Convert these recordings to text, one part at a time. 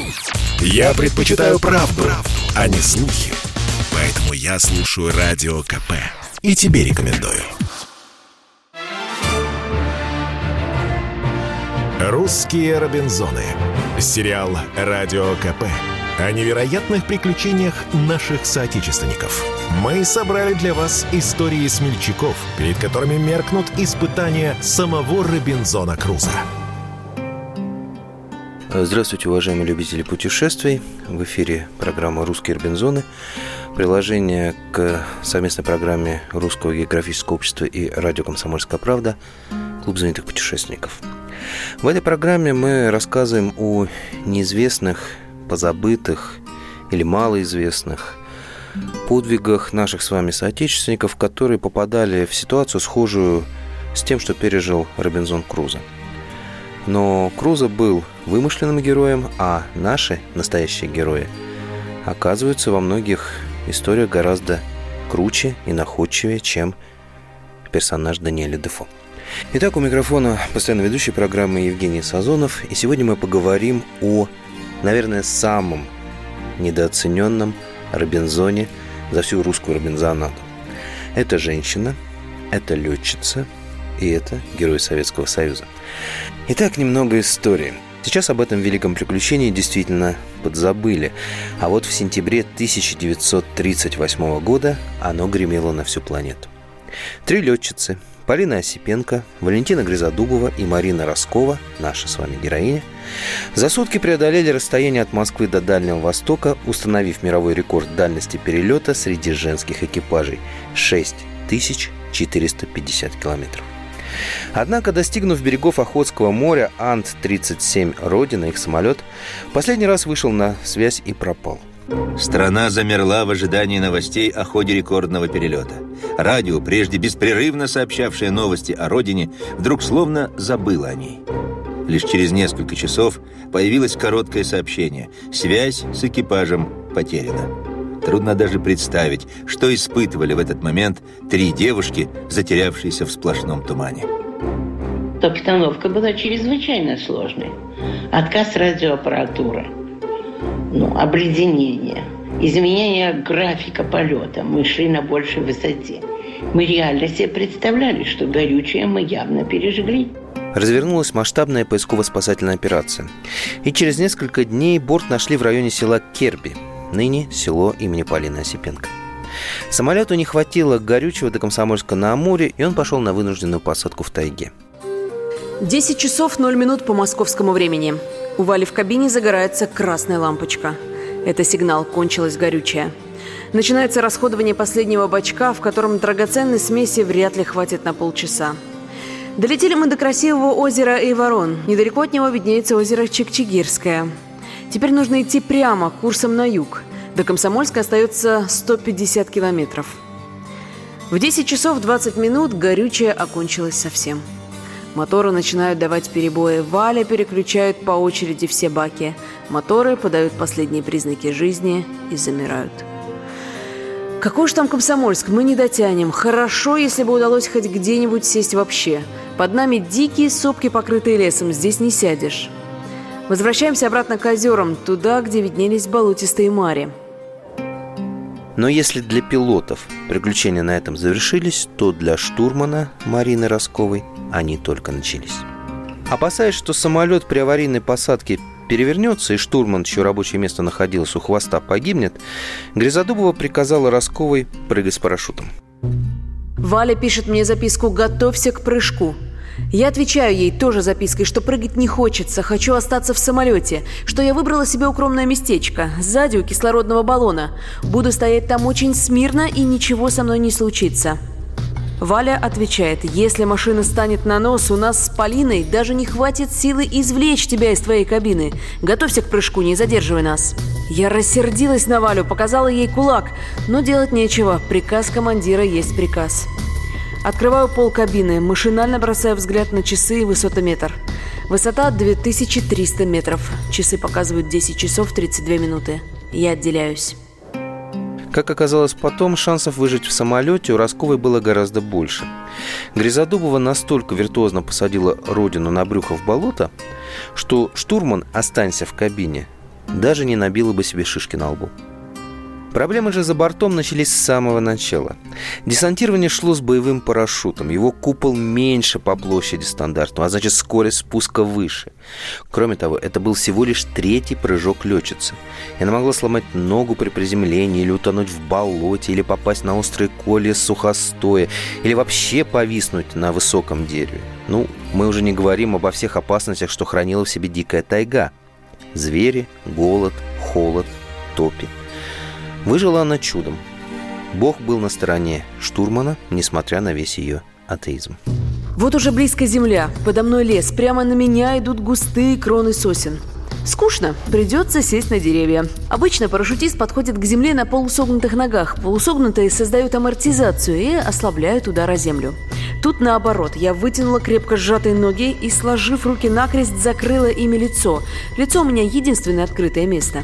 Я предпочитаю правду, а не слухи. Поэтому я слушаю Радио КП. И тебе рекомендую. «Русские Робинзоны». Сериал «Радио КП» о невероятных приключениях наших соотечественников. Мы собрали для вас истории смельчаков, перед которыми меркнут испытания самого Робинзона Крузо. Здравствуйте, уважаемые любители путешествий. В эфире программа «Русские Робинзоны». Приложение к совместной программе Русского географического общества и радио «Комсомольская правда» «Клуб знаменитых путешественников». В этой программе мы рассказываем о неизвестных, позабытых или малоизвестных подвигах наших с вами соотечественников, которые попадали в ситуацию, схожую с тем, что пережил Робинзон Крузо. Но Крузо был вымышленным героем, а наши настоящие герои оказываются во многих историях гораздо круче и находчивее, чем персонаж Даниэля Дефо. Итак, у микрофона постоянно ведущий программы Евгений Сазонов. И сегодня мы поговорим о, наверное, самом недооцененном Робинзоне за всю русскую робинзонаду. Это женщина, это летчица и это герой Советского Союза. Итак, немного истории. Сейчас об этом великом приключении действительно подзабыли. А вот в сентябре 1938 года оно гремело на всю планету. 3 летчицы – Полина Осипенко, Валентина Гризодубова и Марина Роскова, наша с вами героиня, за сутки преодолели расстояние от Москвы до Дальнего Востока, установив мировой рекорд дальности перелета среди женских экипажей – 6450 километров. Однако, достигнув берегов Охотского моря, Ан-37 «Родина», их самолет, последний раз вышел на связь и пропал. Страна замерла в ожидании новостей о ходе рекордного перелета. Радио, прежде беспрерывно сообщавшее новости о родине, вдруг словно забыло о ней. Лишь через несколько часов появилось короткое сообщение: связь с экипажем потеряна. Трудно даже представить, что испытывали в этот момент 3 девушки, затерявшиеся в сплошном тумане. Обстановка была чрезвычайно сложной. Отказ радиоаппаратуры, обледенение, изменение графика полета. Мы шли на большей высоте. Мы реально себе представляли, что горючее мы явно пережгли. Развернулась масштабная поисково-спасательная операция. И через несколько дней борт нашли в районе села Керби, ныне село имени Полины Осипенко. Самолету не хватило горючего до Комсомольска-на-Амуре, и он пошел на вынужденную посадку в тайге. 10 часов 0 минут по московскому времени. У Вали в кабине загорается красная лампочка. Это сигнал: кончилось горючее. Начинается расходование последнего бачка, в котором драгоценной смеси вряд ли хватит на полчаса. Долетели мы до красивого озера Эйворон. Недалеко от него виднеется озеро Чикчигирское. Теперь нужно идти прямо, курсом на юг. До Комсомольска остается 150 километров. В 10 часов 20 минут горючее окончилось совсем. Моторы начинают давать перебои. Валя переключает по очереди все баки. Моторы подают последние признаки жизни и замирают. Какой уж там Комсомольск, мы не дотянем. Хорошо, если бы удалось хоть где-нибудь сесть вообще. Под нами дикие сопки, покрытые лесом, здесь не сядешь. Возвращаемся обратно к озерам, туда, где виднелись болотистые мари. Но если для пилотов приключения на этом завершились, то для штурмана Марины Росковой они только начались. Опасаясь, что самолет при аварийной посадке перевернется и штурман, чье рабочее место находилось у хвоста, погибнет, Гризодубова приказала Росковой прыгать с парашютом. Валя пишет мне записку: «Готовься к прыжку». Я отвечаю ей тоже запиской, что прыгать не хочется, хочу остаться в самолете, что я выбрала себе укромное местечко, сзади у кислородного баллона. Буду стоять там очень смирно, и ничего со мной не случится. Валя отвечает: если машина станет на нос, у нас с Полиной даже не хватит силы извлечь тебя из твоей кабины. Готовься к прыжку, не задерживай нас. Я рассердилась на Валю, показала ей кулак, но делать нечего, приказ командира есть приказ. Открываю пол кабины, машинально бросаю взгляд на часы и высотометр. Высота 2300 метров. Часы показывают 10 часов 32 минуты. Я отделяюсь. Как оказалось потом, шансов выжить в самолете у Росковой было гораздо больше. Гризодубова настолько виртуозно посадила родину на брюхо в болото, что штурман, останься в кабине, даже не набила бы себе шишки на лбу. Проблемы же за бортом начались с самого начала. Десантирование шло с боевым парашютом. Его купол меньше по площади стандартного, а значит, скорость спуска выше. Кроме того, это был всего лишь 3-й прыжок летчицы. Она могла сломать ногу при приземлении, или утонуть в болоте, или попасть на острые колья сухостоя, или вообще повиснуть на высоком дереве. Мы уже не говорим обо всех опасностях, что хранила в себе дикая тайга. Звери, голод, холод, топи. Выжила она чудом. Бог был на стороне штурмана, несмотря на весь ее атеизм. Вот уже близко земля, подо мной лес, прямо на меня идут густые кроны сосен. Скучно, придется сесть на деревья. Обычно парашютист подходит к земле на полусогнутых ногах. Полусогнутые создают амортизацию и ослабляют удар о землю. Тут наоборот, я вытянула крепко сжатые ноги и, сложив руки накрест, закрыла ими лицо. Лицо у меня единственное открытое место.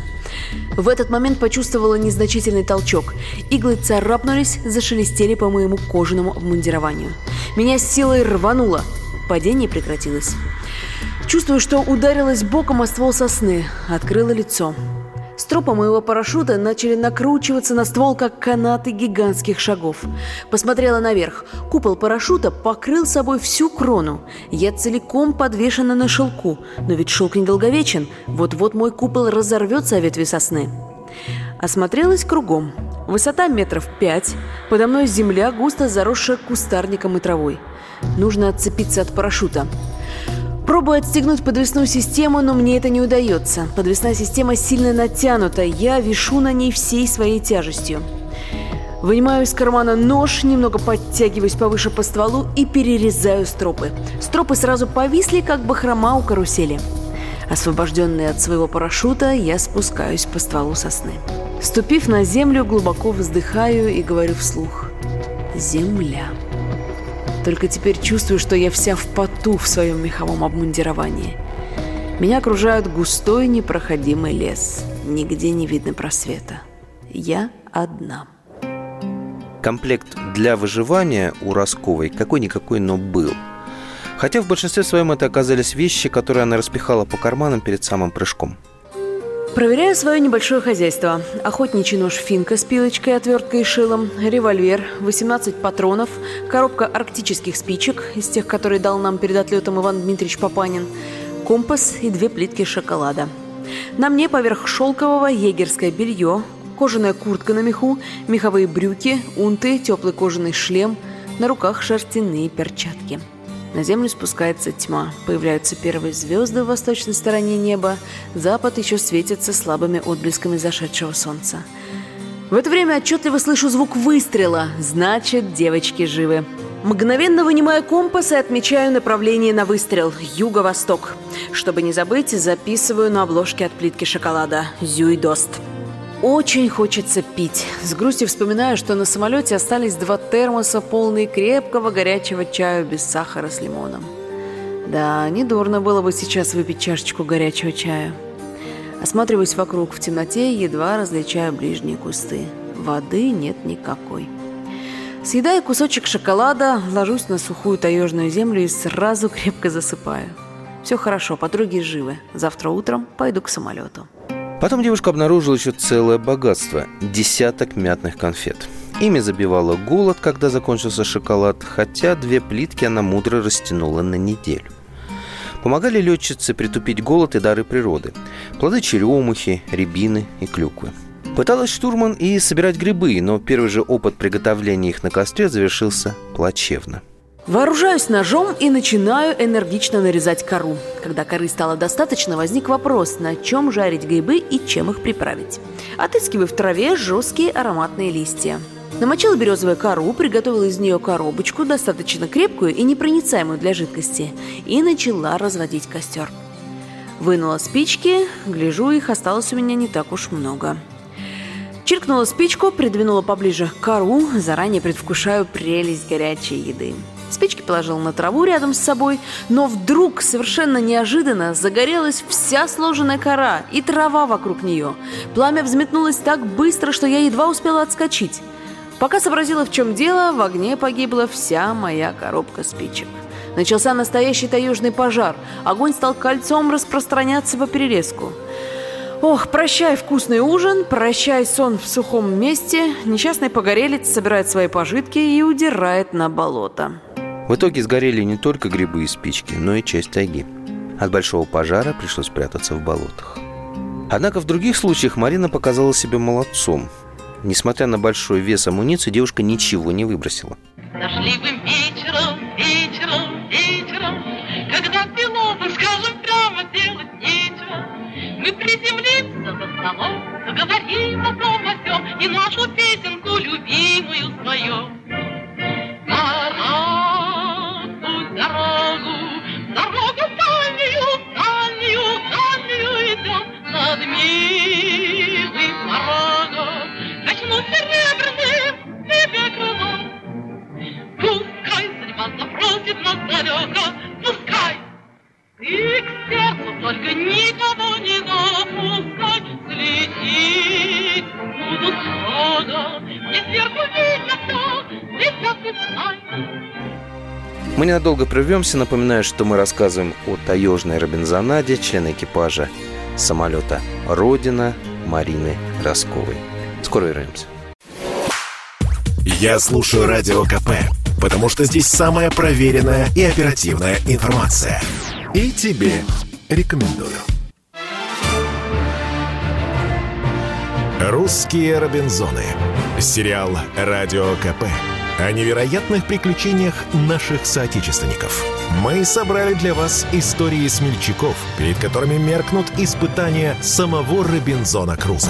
В этот момент почувствовала незначительный толчок. Иглы царапнулись, зашелестели по моему кожаному обмундированию. Меня с силой рвануло. Падение прекратилось. Чувствую, что ударилась боком о ствол сосны. Открыла лицо. Стропы моего парашюта начали накручиваться на ствол, как канаты гигантских шагов. Посмотрела наверх. Купол парашюта покрыл собой всю крону. Я целиком подвешена на шелку. Но ведь шелк недолговечен. Вот-вот мой купол разорвется о ветви сосны. Осмотрелась кругом. Высота 5 метров. Подо мной земля, густо заросшая кустарником и травой. Нужно отцепиться от парашюта. Пробую отстегнуть подвесную систему, но мне это не удается. Подвесная система сильно натянута, я вишу на ней всей своей тяжестью. Вынимаю из кармана нож, немного подтягиваюсь повыше по стволу и перерезаю стропы. Стропы сразу повисли, как бахрома у карусели. Освобожденный от своего парашюта, я спускаюсь по стволу сосны. Ступив на землю, глубоко вздыхаю и говорю вслух: «Земля». Только теперь чувствую, что я вся в поту в своем меховом обмундировании. Меня окружает густой непроходимый лес. Нигде не видно просвета. Я одна. Комплект для выживания у Росковой какой-никакой, но был. Хотя в большинстве своем это оказались вещи, которые она распихала по карманам перед самым прыжком. Проверяю свое небольшое хозяйство. Охотничий нож «Финка» с пилочкой, отверткой и шилом, револьвер, 18 патронов, коробка арктических спичек, из тех, которые дал нам перед отлетом Иван Дмитриевич Папанин, компас и 2 плитки шоколада. На мне поверх шелкового егерское белье, кожаная куртка на меху, меховые брюки, унты, теплый кожаный шлем, на руках шерстяные перчатки. На землю спускается тьма. Появляются первые звезды в восточной стороне неба. Запад еще светится слабыми отблесками зашедшего солнца. В это время отчетливо слышу звук выстрела. Значит, девочки живы. Мгновенно вынимаю компас и отмечаю направление на выстрел. Юго-восток. Чтобы не забыть, записываю на обложке от плитки шоколада: «Зюйдост». Очень хочется пить. С грустью вспоминаю, что на самолете остались 2 термоса, полные крепкого горячего чая без сахара с лимоном. Да, недурно было бы сейчас выпить чашечку горячего чая. Осматриваюсь вокруг в темноте, едва различаю ближние кусты. Воды нет никакой. Съедаю кусочек шоколада, ложусь на сухую таежную землю и сразу крепко засыпаю. Все хорошо, подруги живы. Завтра утром пойду к самолету. Потом девушка обнаружила еще целое богатство – 10 мятных конфет. Ими забивала голод, когда закончился шоколад, хотя 2 плитки она мудро растянула на неделю. Помогали летчице притупить голод и дары природы – плоды черемухи, рябины и клюквы. Пыталась штурман и собирать грибы, но первый же опыт приготовления их на костре завершился плачевно. Вооружаюсь ножом и начинаю энергично нарезать кору. Когда коры стало достаточно, возник вопрос, на чем жарить грибы и чем их приправить. Отыскиваю в траве жесткие ароматные листья. Намочила березовую кору, приготовила из нее коробочку, достаточно крепкую и непроницаемую для жидкости, и начала разводить костер. Вынула спички, гляжу, их осталось у меня не так уж много. Чиркнула спичку, придвинула поближе кору, заранее предвкушаю прелесть горячей еды. Спички положила на траву рядом с собой, но вдруг, совершенно неожиданно, загорелась вся сложенная кора и трава вокруг нее. Пламя взметнулось так быстро, что я едва успела отскочить. Пока сообразила, в чем дело, в огне погибла вся моя коробка спичек. Начался настоящий таежный пожар. Огонь стал кольцом распространяться по перелеску. Ох, прощай вкусный ужин, прощай сон в сухом месте. Несчастный погорелец собирает свои пожитки и удирает на болото. В итоге сгорели не только грибы и спички, но и часть тайги. От большого пожара пришлось прятаться в болотах. Однако в других случаях Марина показала себя молодцом. Несмотря на большой вес амуниции, девушка ничего не выбросила. Дождливым вечером, когда пилоту, скажем прямо, делать нечего, мы приземлимся за столом, заговорим о том, о сём и нашу песенку любимую свою. Дорогу дальнюю идем, над милым порогом качну серебряным тебе крылом. Пускай судьба запросит нас далеко, пускай ты к сердцу только никого не допускай. Слетит будут много, и сверху видно все, летят и знай. Мы ненадолго прервемся. Напоминаю, что мы рассказываем о таежной робинзонаде, члена экипажа самолета «Родина» Марины Росковой. Скоро вернемся. Я слушаю Радио КП, потому что здесь самая проверенная и оперативная информация. И тебе рекомендую. «Русские Робинзоны». Сериал «Радио КП». О невероятных приключениях наших соотечественников. Мы собрали для вас истории смельчаков, перед которыми меркнут испытания самого Робинзона Круза.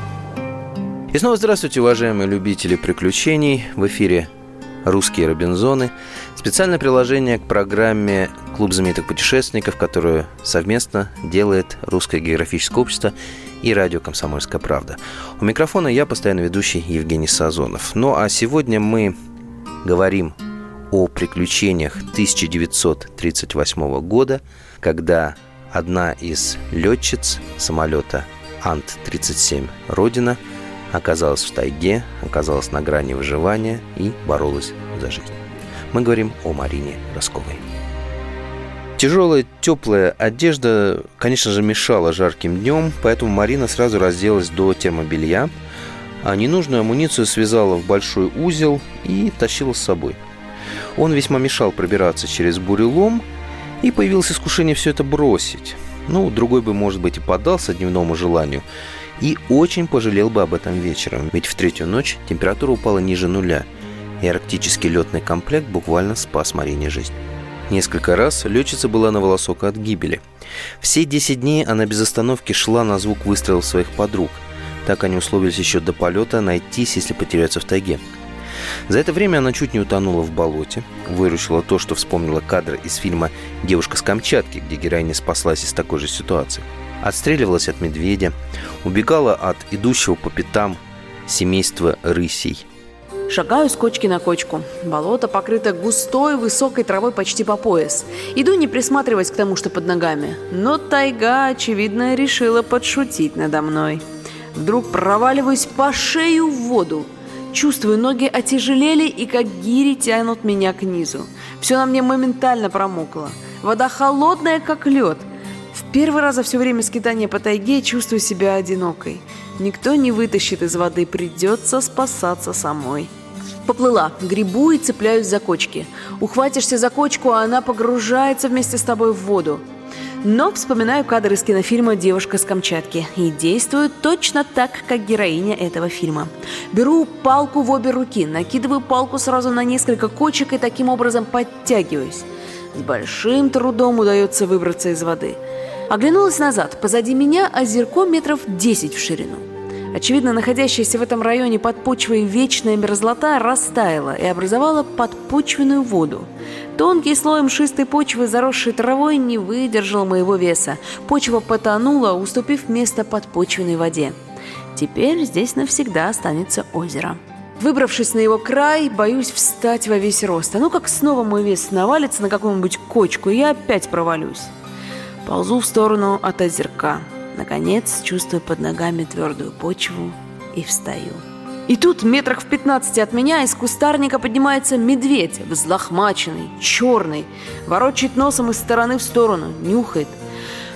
И снова здравствуйте, уважаемые любители приключений. В эфире «Русские Робинзоны». Специальное приложение к программе «Клуб знаменитых путешественников», которую совместно делает Русское географическое общество и радио «Комсомольская правда». У микрофона я, постоянно ведущий Евгений Сазонов. Ну а сегодня мы говорим о приключениях 1938 года, когда одна из летчиц самолета Ан-37 «Родина» оказалась в тайге, оказалась на грани выживания и боролась за жизнь. Мы говорим о Марине Росковой. Тяжелая, теплая одежда, конечно же, мешала жарким днем, поэтому Марина сразу разделась до термобелья, а ненужную амуницию связала в большой узел и тащила с собой. Он весьма мешал пробираться через бурелом, и появилось искушение все это бросить. Другой бы, может быть, и поддался дневному желанию, и очень пожалел бы об этом вечером, ведь в третью ночь температура упала ниже нуля, и арктический летный комплект буквально спас Марине жизнь. Несколько раз летчица была на волосок от гибели. Все 10 дней она без остановки шла на звук выстрелов своих подруг. Так они условились еще до полета найтись, если потеряться в тайге. За это время она чуть не утонула в болоте, выручила то, что вспомнила кадры из фильма «Девушка с Камчатки», где героиня спаслась из такой же ситуации. Отстреливалась от медведя, убегала от идущего по пятам семейства рысей. Шагаю с кочки на кочку. Болото покрыто густой, высокой травой почти по пояс. Иду, не присматриваясь к тому, что под ногами. Но тайга, очевидно, решила подшутить надо мной. Вдруг проваливаюсь по шею в воду. Чувствую, ноги отяжелели и как гири тянут меня к низу. Все на мне моментально промокло. Вода холодная, как лед. В первый раз за все время скитания по тайге чувствую себя одинокой. Никто не вытащит из воды, придется спасаться самой. Поплыла, гребу и цепляюсь за кочки. Ухватишься за кочку, а она погружается вместе с тобой в воду. Но вспоминаю кадры из кинофильма «Девушка с Камчатки» и действую точно так, как героиня этого фильма. Беру палку в обе руки, накидываю палку сразу на несколько кочек и таким образом подтягиваюсь. С большим трудом удается выбраться из воды. Оглянулась назад. Позади меня озерко метров 10 в ширину. Очевидно, находящаяся в этом районе под почвой вечная мерзлота растаяла и образовала подпочвенную воду. Тонкий слой мшистой почвы, заросшей травой, не выдержал моего веса. Почва потонула, уступив место подпочвенной воде. Теперь здесь навсегда останется озеро. Выбравшись на его край, боюсь встать во весь рост. А ну как снова мой вес навалится на какую-нибудь кочку, и я опять провалюсь. Ползу в сторону от озерка. Наконец, чувствую под ногами твердую почву и встаю. И тут, метрах в 15 от меня, из кустарника поднимается медведь, взлохмаченный, черный, ворочает носом из стороны в сторону, нюхает.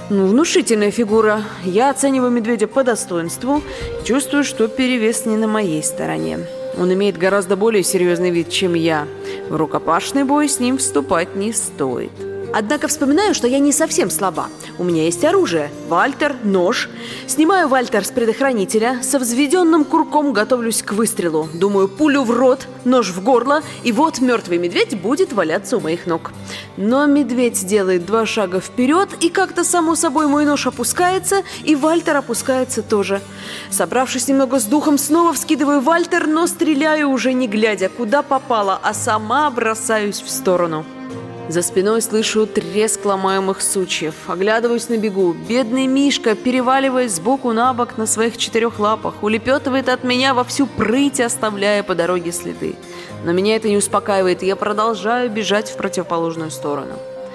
Внушительная фигура. Я оцениваю медведя по достоинству. Чувствую, что перевес не на моей стороне. Он имеет гораздо более серьезный вид, чем я. В рукопашный бой с ним вступать не стоит. Однако вспоминаю, что я не совсем слаба. У меня есть оружие. Вальтер, нож. Снимаю Вальтер с предохранителя. Со взведенным курком готовлюсь к выстрелу. Думаю, пулю в рот, нож в горло. И вот мертвый медведь будет валяться у моих ног. Но медведь делает 2 шага вперед, и как-то само собой мой нож опускается, и Вальтер опускается тоже. Собравшись немного с духом, снова вскидываю Вальтер, но стреляю уже не глядя, куда попало, а сама бросаюсь в сторону. За спиной слышу треск ломаемых сучьев. Оглядываюсь на бегу. Бедный Мишка, переваливаясь сбоку на бок на своих 4 лапах, улепетывает от меня во всю прыть, оставляя по дороге следы. Но меня это не успокаивает, и я продолжаю бежать в противоположную сторону.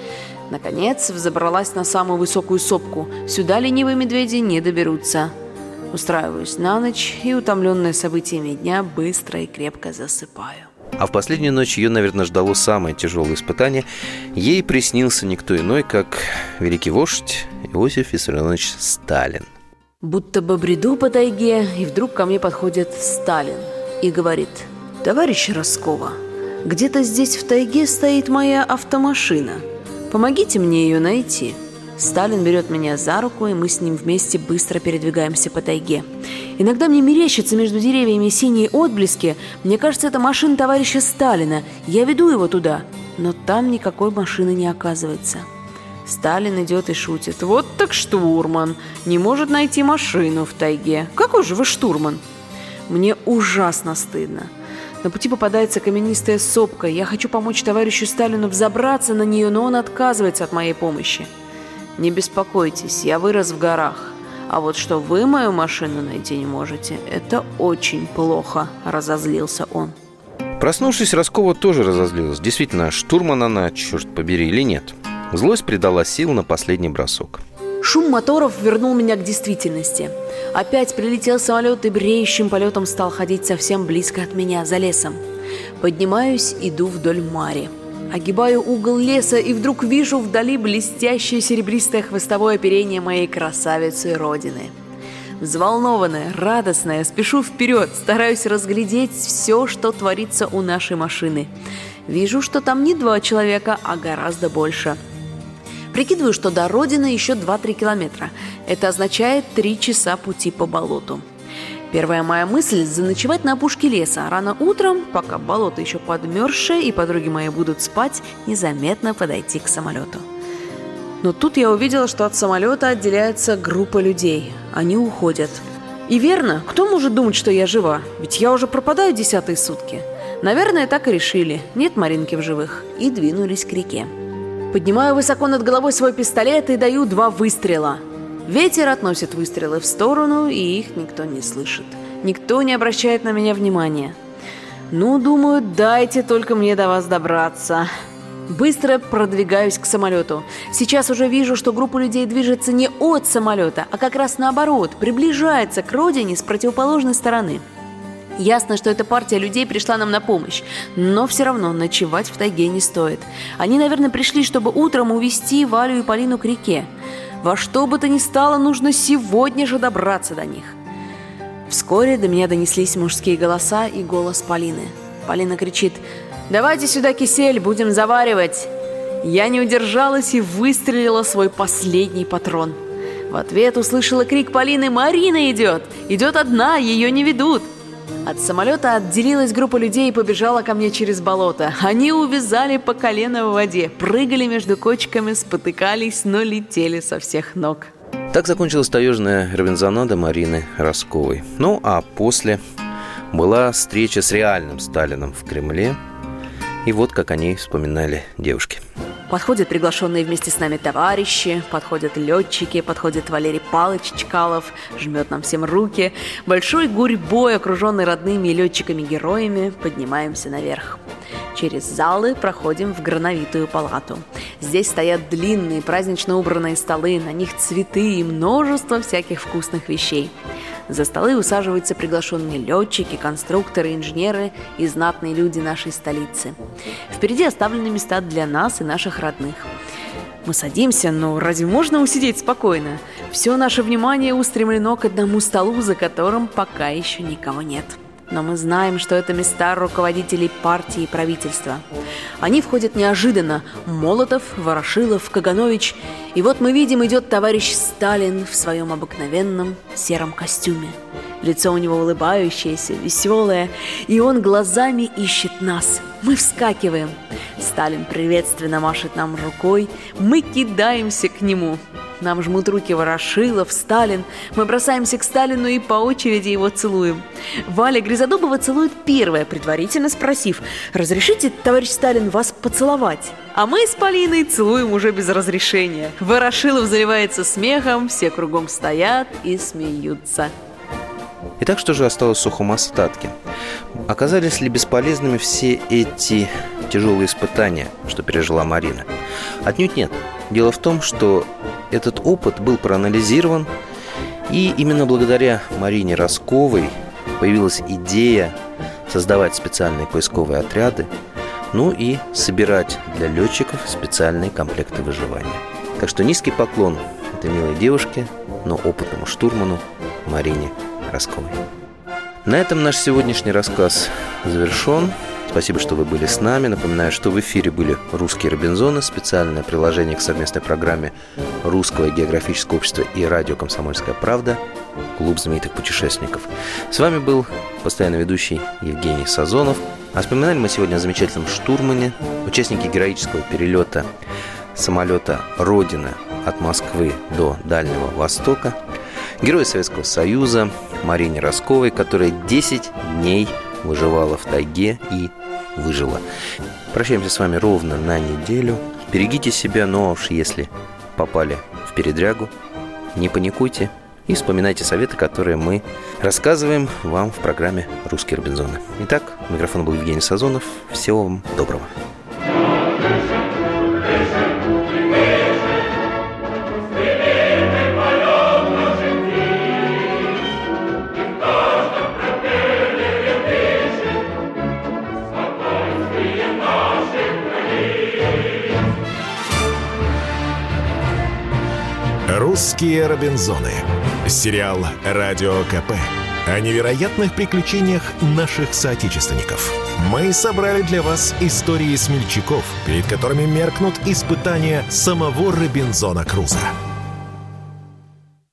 Наконец, взобралась на самую высокую сопку. Сюда ленивые медведи не доберутся. Устраиваюсь на ночь и, утомленная событиями дня, быстро и крепко засыпаю. А в последнюю ночь ее, наверное, ждало самое тяжелое испытание. Ей приснился никто иной, как великий вождь Иосиф Виссарионович Сталин. Будто бы бреду по тайге, и вдруг ко мне подходит Сталин и говорит: «Товарищ Роскова, где-то здесь в тайге стоит моя автомашина. Помогите мне ее найти». Сталин берет меня за руку, и мы с ним вместе быстро передвигаемся по тайге. Иногда мне мерещатся между деревьями синие отблески. Мне кажется, это машина товарища Сталина. Я веду его туда, но там никакой машины не оказывается. Сталин идет и шутит: «Вот так штурман! Не может найти машину в тайге. Какой же вы штурман?» Мне ужасно стыдно. На пути попадается каменистая сопка. Я хочу помочь товарищу Сталину взобраться на нее, но он отказывается от моей помощи. «Не беспокойтесь, я вырос в горах. А вот что вы мою машину найти не можете, это очень плохо», – разозлился он. Проснувшись, Роскова тоже разозлилась. Действительно, штурман она, черт побери, или нет? Злость придала сил на последний бросок. Шум моторов вернул меня к действительности. Опять прилетел самолет и бреющим полетом стал ходить совсем близко от меня, за лесом. Поднимаюсь, иду вдоль мари. Огибаю угол леса и вдруг вижу вдали блестящее серебристое хвостовое оперение моей красавицы Родины. Взволнованная, радостная, спешу вперед, стараюсь разглядеть все, что творится у нашей машины. Вижу, что там не 2 человека, а гораздо больше. Прикидываю, что до Родины еще 2-3 километра. Это означает 3 часа пути по болоту. Первая моя мысль – заночевать на опушке леса. Рано утром, пока болото еще подмерзшее и подруги мои будут спать, незаметно подойти к самолету. Но тут я увидела, что от самолета отделяется группа людей. Они уходят. И верно, кто может думать, что я жива? Ведь я уже пропадаю 10-е сутки. Наверное, так и решили. Нет Маринки в живых. И двинулись к реке. Поднимаю высоко над головой свой пистолет и даю 2 выстрела. Ветер относит выстрелы в сторону, и их никто не слышит. Никто не обращает на меня внимания. Ну, думаю, дайте только мне до вас добраться. Быстро продвигаюсь к самолету. Сейчас уже вижу, что группа людей движется не от самолета, а как раз наоборот, приближается к родине с противоположной стороны. Ясно, что эта партия людей пришла нам на помощь, но все равно ночевать в тайге не стоит. Они, наверное, пришли, чтобы утром увезти Валю и Полину к реке. Во что бы то ни стало, нужно сегодня же добраться до них. Вскоре до меня донеслись мужские голоса и голос Полины. Полина кричит: «Давайте сюда кисель, будем заваривать!» Я не удержалась и выстрелила свой последний патрон. В ответ услышала крик Полины: «Марина идет! Идет одна, ее не ведут!» От самолета отделилась группа людей и побежала ко мне через болото. Они увязали по колено в воде, прыгали между кочками, спотыкались, но летели со всех ног. Так закончилась таежная робинзонада Марины Росковой. Ну, а после была встреча с реальным Сталином в Кремле. И вот как о ней вспоминали девушки. Подходят приглашенные вместе с нами товарищи, подходят летчики, подходит Валерий Павлович Чкалов, жмет нам всем руки. Большой гурьбой, окруженный родными летчиками-героями, поднимаемся наверх. Через залы проходим в грановитую палату. Здесь стоят длинные празднично убранные столы, на них цветы и множество всяких вкусных вещей. За столы усаживаются приглашенные летчики, конструкторы, инженеры и знатные люди нашей столицы. Впереди оставлены места для нас и наших родных. Мы садимся, но разве можно усидеть спокойно? Все наше внимание устремлено к одному столу, за которым пока еще никого нет. Но мы знаем, что это места руководителей партии и правительства. Они входят неожиданно. Молотов, Ворошилов, Каганович. И вот мы видим, идет товарищ Сталин в своем обыкновенном сером костюме. Лицо у него улыбающееся, веселое, и он глазами ищет нас. Мы вскакиваем. Сталин приветственно машет нам рукой. Мы кидаемся к нему. Нам жмут руки Ворошилов, Сталин. Мы бросаемся к Сталину и по очереди его целуем. Валя Грязодубова целует первая, предварительно спросив: «Разрешите, товарищ Сталин, вас поцеловать?» А мы с Полиной целуем уже без разрешения. Ворошилов заливается смехом, все кругом стоят и смеются. Итак, что же осталось в сухом остатке? Оказались ли бесполезными все эти тяжелые испытания, что пережила Марина? Отнюдь нет. Дело в том, что этот опыт был проанализирован, и именно благодаря Марине Росковой появилась идея создавать специальные поисковые отряды, ну и собирать для летчиков специальные комплекты выживания. Так что низкий поклон этой милой девушке, но опытному штурману Марине Росковой. На этом наш сегодняшний рассказ завершен. Спасибо, что вы были с нами. Напоминаю, что в эфире были «Русские Робинзоны», специальное приложение к совместной программе Русского географического общества и радио «Комсомольская правда» «Клуб знаменитых путешественников». С вами был постоянно ведущий Евгений Сазонов. А вспоминали мы сегодня о замечательном штурмане, участнике героического перелета самолета «Родина» от Москвы до Дальнего Востока, герое Советского Союза Марине Росковой, которая 10 дней выживала в тайге и выжила. Прощаемся с вами ровно на неделю. Берегите себя, но уж если попали в передрягу, не паникуйте и вспоминайте советы, которые мы рассказываем вам в программе «Русские Робинзоны». Итак, у микрофона был Евгений Сазонов. Всего вам доброго. «Русские Робинзоны». Сериал «Радио КП» о невероятных приключениях наших соотечественников. Мы собрали для вас истории смельчаков, перед которыми меркнут испытания самого Робинзона Круза.